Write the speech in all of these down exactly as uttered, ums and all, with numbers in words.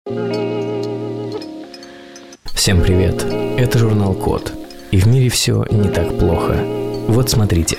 Всем привет, это журнал Код, и в мире все не так плохо. Вот смотрите.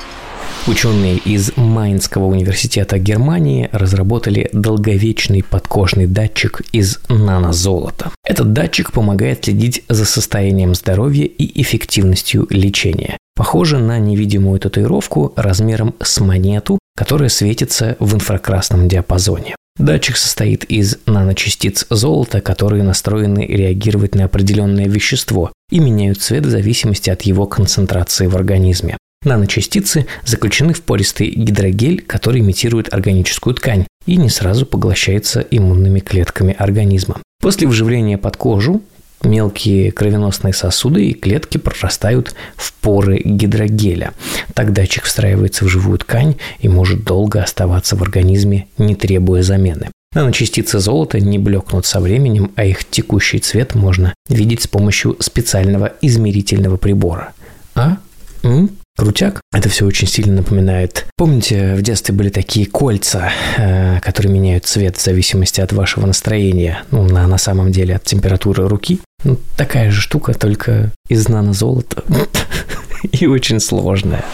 Ученые из Майнского университета Германии разработали долговечный подкожный датчик из нанозолота. Этот датчик помогает следить за состоянием здоровья и эффективностью лечения. Похоже на невидимую татуировку размером с монету, которая светится в инфракрасном диапазоне. Датчик состоит из наночастиц золота, которые настроены реагировать на определенное вещество и меняют цвет в зависимости от его концентрации в организме. Наночастицы заключены в пористый гидрогель, который имитирует органическую ткань и не сразу поглощается иммунными клетками организма. После вживления под кожу мелкие кровеносные сосуды и клетки прорастают в поры гидрогеля. Так датчик встраивается в живую ткань и может долго оставаться в организме, не требуя замены. Наночастицы золота не блекнут со временем, а их текущий цвет можно видеть с помощью специального измерительного прибора. А? М? Крутяк. Это все очень сильно напоминает. Помните, в детстве были такие кольца, э, которые меняют цвет в зависимости от вашего настроения. Ну, на, на самом деле от температуры руки. Ну, такая же штука, только из нанозолота. И очень сложная.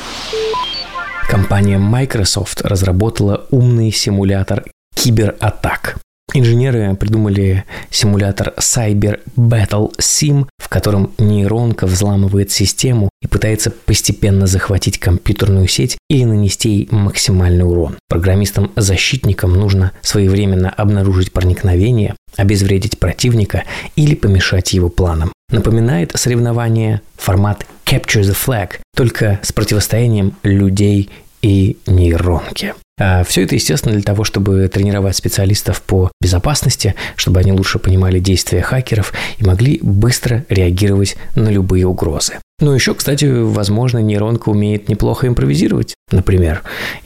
Компания Microsoft разработала умный симулятор кибератак. Инженеры придумали симулятор Cyber Battle Sim, в котором нейронка взламывает систему и пытается постепенно захватить компьютерную сеть или нанести ей максимальный урон. Программистам-защитникам нужно своевременно обнаружить проникновение, обезвредить противника или помешать его планам. Напоминает соревнование формат Capture the Flag, только с противостоянием людей и нейронки. А все это, естественно, для того, чтобы тренировать специалистов по безопасности, чтобы они лучше понимали действия хакеров и могли быстро реагировать на любые угрозы. Ну, еще, кстати, возможно, нейронка умеет неплохо импровизировать, например,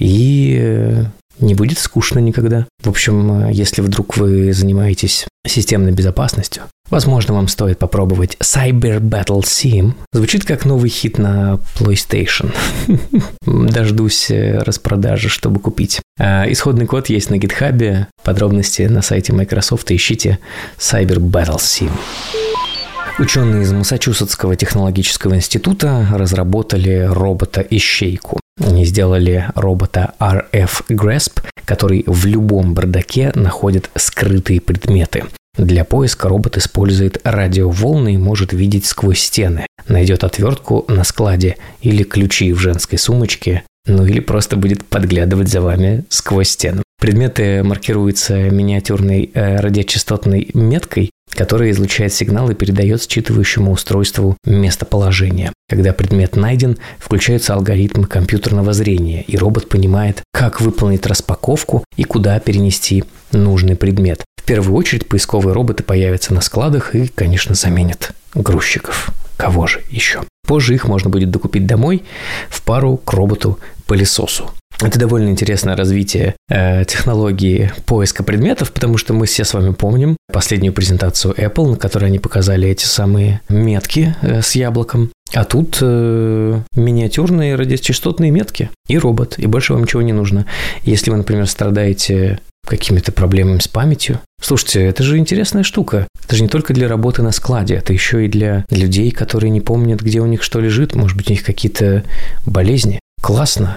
и не будет скучно никогда. В общем, если вдруг вы занимаетесь системной безопасностью, возможно, вам стоит попробовать Cyber Battle Sim. Звучит как новый хит на PlayStation. Дождусь распродажи, чтобы купить. Исходный код есть на GitHub. Подробности на сайте Microsoft. Ищите Cyber Battle Sim. Ученые из Массачусетского технологического института разработали робота-ищейку. Они сделали робота ар эф Grasp, который в любом бардаке находит скрытые предметы. Для поиска робот использует радиоволны и может видеть сквозь стены. Найдет отвертку на складе или ключи в женской сумочке, ну или просто будет подглядывать за вами сквозь стену. Предметы маркируются миниатюрной э, радиочастотной меткой, которая излучает сигнал и передает считывающему устройству местоположение. Когда предмет найден, включаются алгоритмы компьютерного зрения, и робот понимает, как выполнить распаковку и куда перенести нужный предмет. В первую очередь поисковые роботы появятся на складах и, конечно, заменят грузчиков. Кого же еще? Позже их можно будет докупить домой в пару к роботу-пылесосу. Это довольно интересное развитие э, технологии поиска предметов, потому что мы все с вами помним последнюю презентацию Apple, на которой они показали эти самые метки э, с яблоком. А тут э, миниатюрные радиочастотные метки и робот, и больше вам ничего не нужно. Если вы, например, страдаете какими-то проблемами с памятью. Слушайте, это же интересная штука. Это же не только для работы на складе, это еще и для людей, которые не помнят, где у них что лежит. Может быть, у них какие-то болезни. Классно.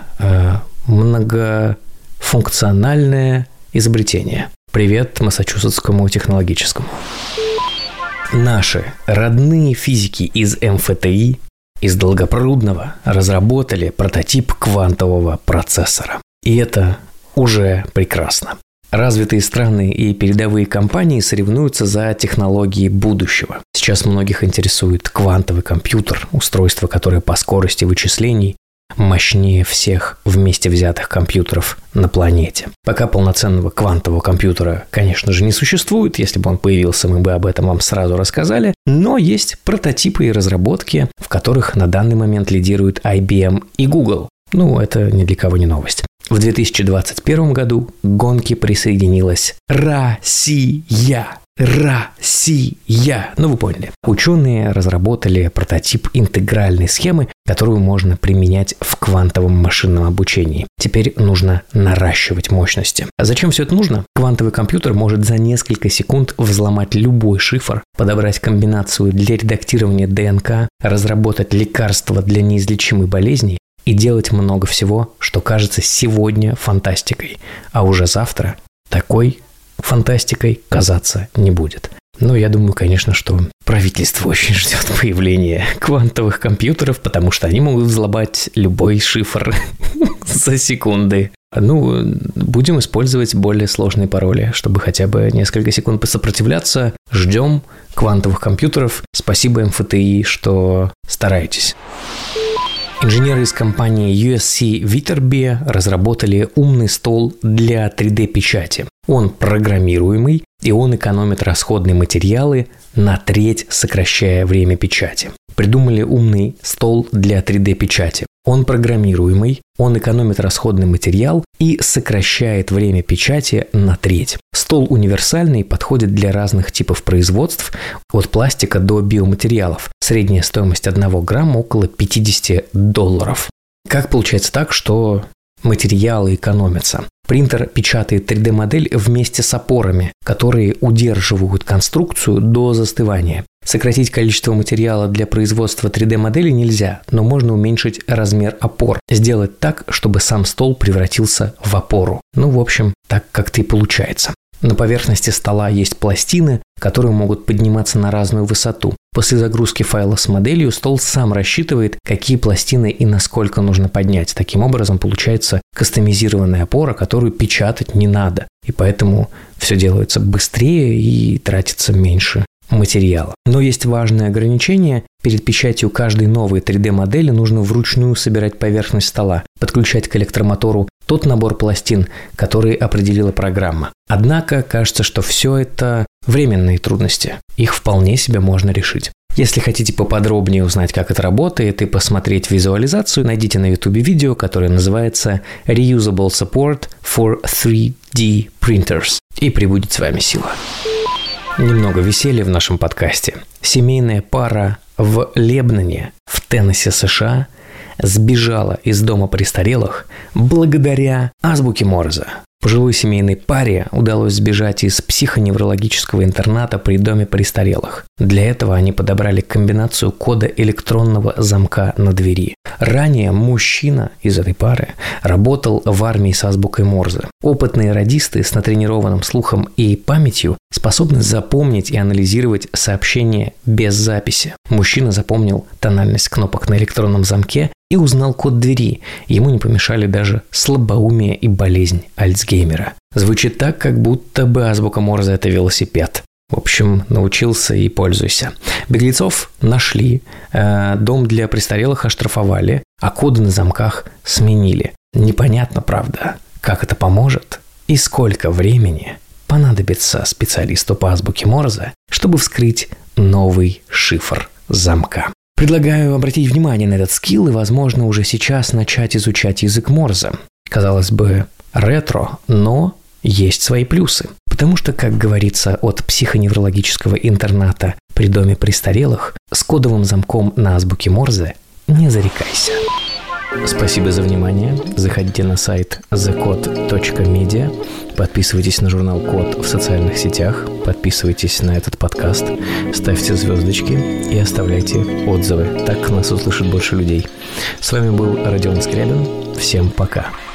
Многофункциональное изобретение. Привет Массачусетскому технологическому. Наши родные физики из эм эф тэ и из Долгопрудного разработали прототип квантового процессора. И это уже прекрасно. Развитые страны и передовые компании соревнуются за технологии будущего. Сейчас многих интересует квантовый компьютер, устройство, которое по скорости вычислений мощнее всех вместе взятых компьютеров на планете. Пока полноценного квантового компьютера, конечно же, не существует. Если бы он появился, мы бы об этом вам сразу рассказали. Но есть прототипы и разработки, в которых на данный момент лидируют ай би эм и Google. Ну, это ни для кого не новость. В две тысячи двадцать первом году к гонке присоединилась Россия. Россия. Ну, вы поняли. Ученые разработали прототип интегральной схемы, которую можно применять в квантовом машинном обучении. Теперь нужно наращивать мощности. А зачем все это нужно? Квантовый компьютер может за несколько секунд взломать любой шифр, подобрать комбинацию для редактирования ДНК, разработать лекарства для неизлечимой болезни и делать много всего, что кажется сегодня фантастикой, а уже завтра такой фантастикой казаться не будет. Но я думаю, конечно, что правительство очень ждет появления квантовых компьютеров, потому что они могут взломать любой шифр за секунды. Ну, будем использовать более сложные пароли, чтобы хотя бы несколько секунд посопротивляться. Ждем квантовых компьютеров. Спасибо эм эф тэ и, что стараетесь. Инженеры из компании ю эс си Viterbi разработали умный стол для три дэ-печати. Он программируемый, и он экономит расходные материалы на треть, сокращая время печати. Придумали умный стол для три дэ-печати. Он программируемый, он экономит расходный материал и сокращает время печати на треть. Стол универсальный, подходит для разных типов производств, от пластика до биоматериалов. Средняя стоимость одного грамма около пятьдесят долларов. Как получается так, что материалы экономятся? Принтер печатает три дэ-модель вместе с опорами, которые удерживают конструкцию до застывания. Сократить количество материала для производства три дэ-модели нельзя, но можно уменьшить размер опор. Сделать так, чтобы сам стол превратился в опору. Ну, в общем, так как-то и получается. На поверхности стола есть пластины, которые могут подниматься на разную высоту. После загрузки файла с моделью стол сам рассчитывает, какие пластины и насколько нужно поднять. Таким образом, получается кастомизированная опора, которую печатать не надо. И поэтому все делается быстрее и тратится меньше материала. Но есть важное ограничение. Перед печатью каждой новой три дэ-модели нужно вручную собирать поверхность стола, подключать к электромотору тот набор пластин, который определила программа. Однако кажется, что все это временные трудности. Их вполне себе можно решить. Если хотите поподробнее узнать, как это работает, и посмотреть визуализацию, найдите на YouTube видео, которое называется Reusable Support for три дэ Printers. И пребудет с вами сила. Немного веселья в нашем подкасте. Семейная пара в Лебноне, в Теннесси, США, сбежала из дома престарелых благодаря азбуке Морзе. Пожилой семейной паре удалось сбежать из психоневрологического интерната при доме престарелых. Для этого они подобрали комбинацию кода электронного замка на двери. Ранее мужчина из этой пары работал в армии с азбукой Морзе. Опытные радисты с натренированным слухом и памятью способны запомнить и анализировать сообщения без записи. Мужчина запомнил тональность кнопок на электронном замке и узнал код двери. Ему не помешали даже слабоумие и болезнь Альцгеймера. Звучит так, как будто бы азбука Морзе – это велосипед. В общем, научился и пользуйся. Беглецов нашли, э, дом для престарелых оштрафовали, а коды на замках сменили. Непонятно, правда, как это поможет и сколько времени понадобится специалисту по азбуке Морзе, чтобы вскрыть новый шифр замка. Предлагаю обратить внимание на этот скилл и, возможно, уже сейчас начать изучать язык Морзе. Казалось бы, ретро, но есть свои плюсы. Потому что, как говорится, от психоневрологического интерната при доме престарелых с кодовым замком на азбуке Морзе не зарекайся. Спасибо за внимание. Заходите на сайт зе код точка медиа, подписывайтесь на журнал Код в социальных сетях, подписывайтесь на этот подкаст, ставьте звездочки и оставляйте отзывы. Так нас услышит больше людей. С вами был Родион Скрябин. Всем пока.